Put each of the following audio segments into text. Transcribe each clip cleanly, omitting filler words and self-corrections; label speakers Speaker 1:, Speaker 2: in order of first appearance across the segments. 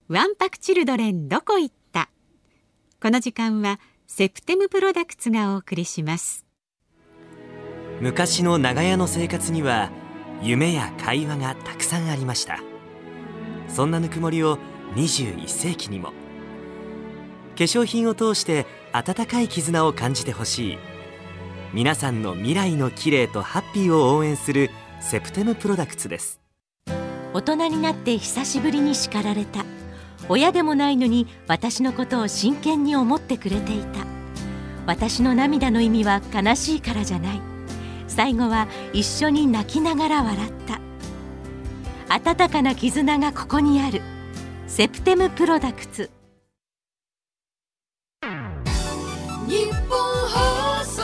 Speaker 1: わんぱくチルドレンどこ行った。この時間はセプテムプロダクツがお送りします。
Speaker 2: 昔の長屋の生活には夢や会話がたくさんありました。そんなぬくもりを21世紀にも。化粧品を通して温かい絆を感じてほしい。皆さんの未来の綺麗とハッピーを応援するセプテムプロダクツです。
Speaker 3: 大人になって久しぶりに叱られた。親でもないのに私のことを真剣に思ってくれていた。私の涙の意味は悲しいからじゃない。最後は一緒に泣きながら笑った。温かな絆がここにある。セプテムプロダクツ。
Speaker 4: 日本放送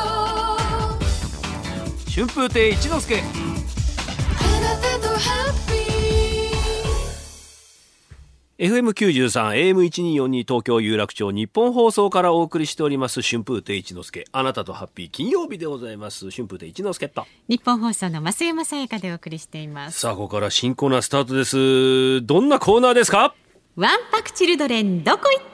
Speaker 5: 春風亭一之輔。
Speaker 4: あなたとハッピー
Speaker 5: FM93 AM1242 東京有楽町日本放送からお送りしております春風亭一之輔、あなたとハッピー、金曜日でございます。春風亭一之輔と
Speaker 1: 日本放送の増山さやかでお送りしています。
Speaker 5: さあ、ここから新コーナースタートです。どんなコーナーですか？
Speaker 1: わんぱくチルドレンどこ行った。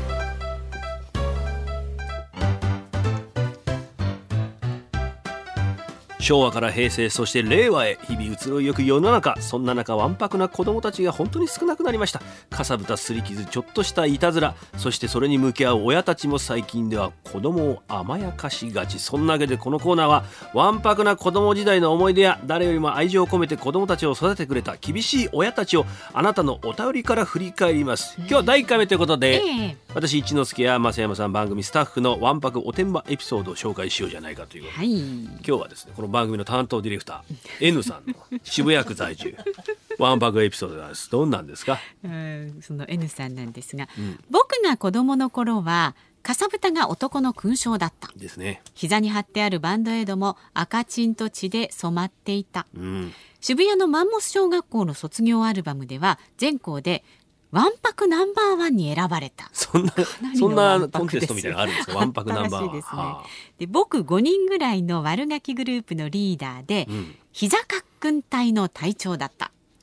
Speaker 5: 昭和から平成、そして令和へ日々移ろいゆく世の中。そんな中、わんぱくな子供たちが本当に少なくなりました。かさぶた、すり傷、ちょっとしたいたずら、そしてそれに向き合う親たちも最近では子供を甘やかしがち。そんなわけでこのコーナーはわんぱくな子供時代の思い出や誰よりも愛情を込めて子供たちを育ててくれた厳しい親たちをあなたのお便りから振り返ります。今日は第1回目ということで、私一之輔や増山さん、番組スタッフのわんぱくおてんばエピソードを紹介しようじゃないかということで、今日はですね、この番組の担当ディレクター N さんの渋谷区在住わんぱくエピソードです。どんなんですか？
Speaker 1: その N さんなんですが、僕が子供の頃はかさぶたが男の勲章だった
Speaker 5: ですね。
Speaker 1: 膝に貼ってあるバンドエイドも赤チンと血で染まっていた、渋谷のマンモス小学校の卒業アルバムでは全校でわんぱくナンバーワンに選ばれた。
Speaker 5: そんなコンテストみたいなのあるんですか？わんぱくナンバーワン。
Speaker 1: ですね。で、僕5人ぐらいの悪ガキグループのリーダーで、膝かっくん隊の隊長だった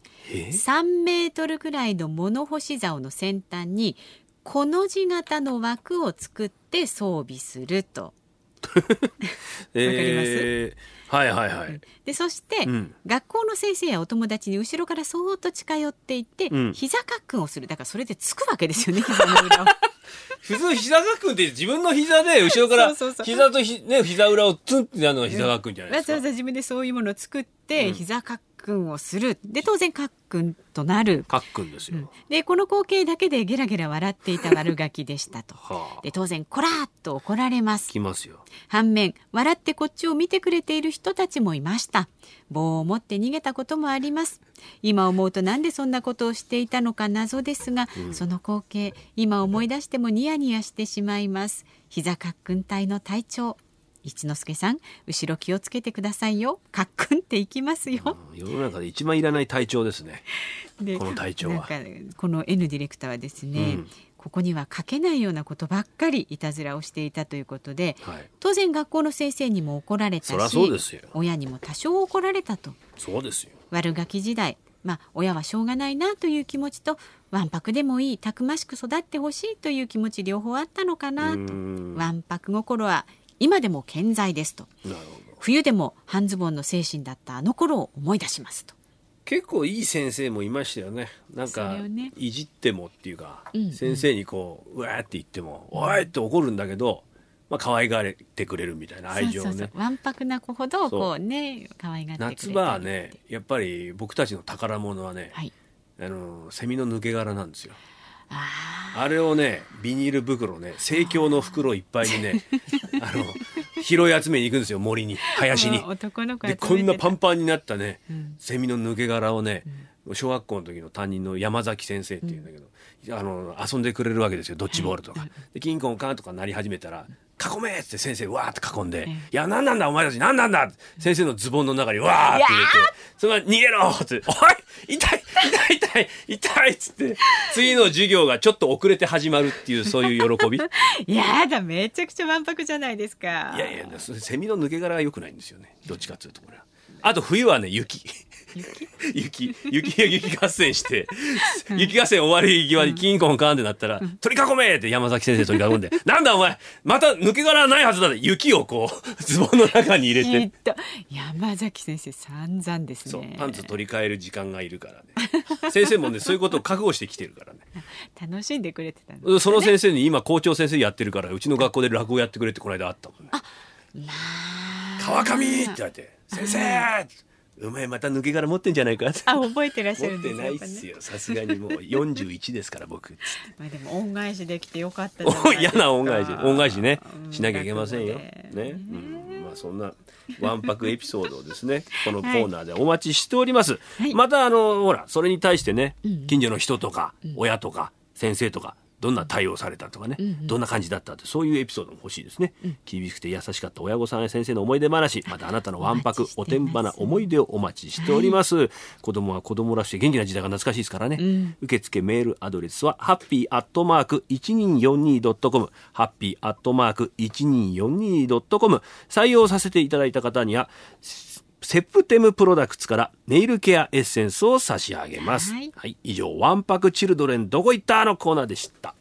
Speaker 1: 。3メートルくらいの物干し竿の先端にこの字型の枠を作って装備すると。わかります？
Speaker 5: はいはいはい。
Speaker 1: で、そして、学校の先生やお友達に後ろからそーっと近寄っていって、膝かっくんをする。だからそれでつくわけですよね、膝の裏を。
Speaker 5: 普通膝かっくんって自分の膝で後ろから膝と膝裏をツンってやるのが膝かっくんじゃないですか。
Speaker 1: わざわざ自分でそういうものを作って、膝かっくんをする。で、当然かっくんとなる。
Speaker 5: かっくんですよ。
Speaker 1: で、この光景だけでゲラゲラ笑っていた悪ガキでしたと。で、当然こらーっと怒られます。
Speaker 5: 来ますよ。
Speaker 1: 反面、笑ってこっちを見てくれている人たちもいました。棒を持って逃げたこともあります。今思うとなんでそんなことをしていたのか謎ですが、その光景今思い出してもニヤニヤしてしまいます。膝かっくん隊の隊長一之輔さん、後ろ気をつけてくださいよ。かっくんっていきますよ。
Speaker 5: 世の中で一番いらない隊長ですね。この隊長は。
Speaker 1: この N ディレクターはですね、ここには書けないようなことばっかりいたずらをしていたということで、当然学校の先生にも怒られたし、
Speaker 5: そりゃそうですよ。
Speaker 1: 親にも多少怒られたと。
Speaker 5: そうですよ。
Speaker 1: 悪ガキ時代、親はしょうがないなという気持ちと、わんぱくでもいい、たくましく育ってほしいという気持ち両方あったのかなと。わんぱく心は今でも健在ですと。
Speaker 5: なるほど。
Speaker 1: 冬でも半ズボンの精神だったあの頃を思い出しますと。
Speaker 5: 結構いい先生もいましたよね。なんかいじってもっていうか、先生にこううわーって言っても、おいって怒るんだけど、可愛がってくれるみたいな愛情をね。
Speaker 1: そうわんぱくな子ほどこうね、可愛がってくれたり。
Speaker 5: 夏場はね、やっぱり僕たちの宝物はね、セミの抜け殻なんですよ。あれをね、ビニール袋ね、生協の袋いっぱいにね拾い集めに行くんですよ、森に、林に。でこんなパンパンになったね、セミの抜け殻をね、小学校の時の担任の山崎先生っていうんだけど、遊んでくれるわけですよ、ドッジボールとか。でキンコンカンとか鳴り始めたら、囲めって先生わーって囲んで、いや何なんだお前たち何なんだって先生のズボンの中にわーって入れて、そのまま逃げろって、おい痛い痛い痛い痛いっつって、次の授業がちょっと遅れて始まるっていう、そういう喜び。
Speaker 1: やだ、めちゃくちゃわんぱくじゃないですか。
Speaker 5: いやいや、セミの抜け殻が良くないんですよね、どっちかっていうとこれは。あと冬はね、雪雪合戦して雪合戦終わり際にキンコンカーンってなったら、取り囲めって山崎先生取り囲んで、なんだお前また抜け殻ないはずだって雪をこうズボンの中に入れて、
Speaker 1: 山崎先生散々ですね。
Speaker 5: そうパンツ取り替える時間がいるからね先生もねそういうことを覚悟してきてるからね
Speaker 1: 楽しんでくれてたんですね。
Speaker 5: その先生に今校長先生やってるからうちの学校で落語やってくれってこの間あったもんね。川上って言われて、先生お前また抜け殻持ってんじゃないかって。
Speaker 1: 覚えてらっしゃるんです
Speaker 5: 持ってないっすよ、さすがにもう41ですから僕
Speaker 1: まあでも恩返しできてよかったじゃないですか。
Speaker 5: 嫌な恩返しね、しなきゃいけませんよね、まあそんなわんぱくエピソードをですねこのコーナーでお待ちしております、またほらそれに対してね、近所の人とか、親とか先生とかどんな対応されたとかね、どんな感じだったってそういうエピソードも欲しいですね、厳しくて優しかった親御さんや先生の思い出話、またあなたのわんぱくおてんばな思い出をお待ちしております、子供は子供らしくて元気な時代が懐かしいですからね、受付メールアドレスは happy@1242.com happy@1242.com 採用させていただいた方にはセプテムプロダクツからネイルケアエッセンスを差し上げます、以上わんぱくチルドレンどこ行ったのコーナーでした。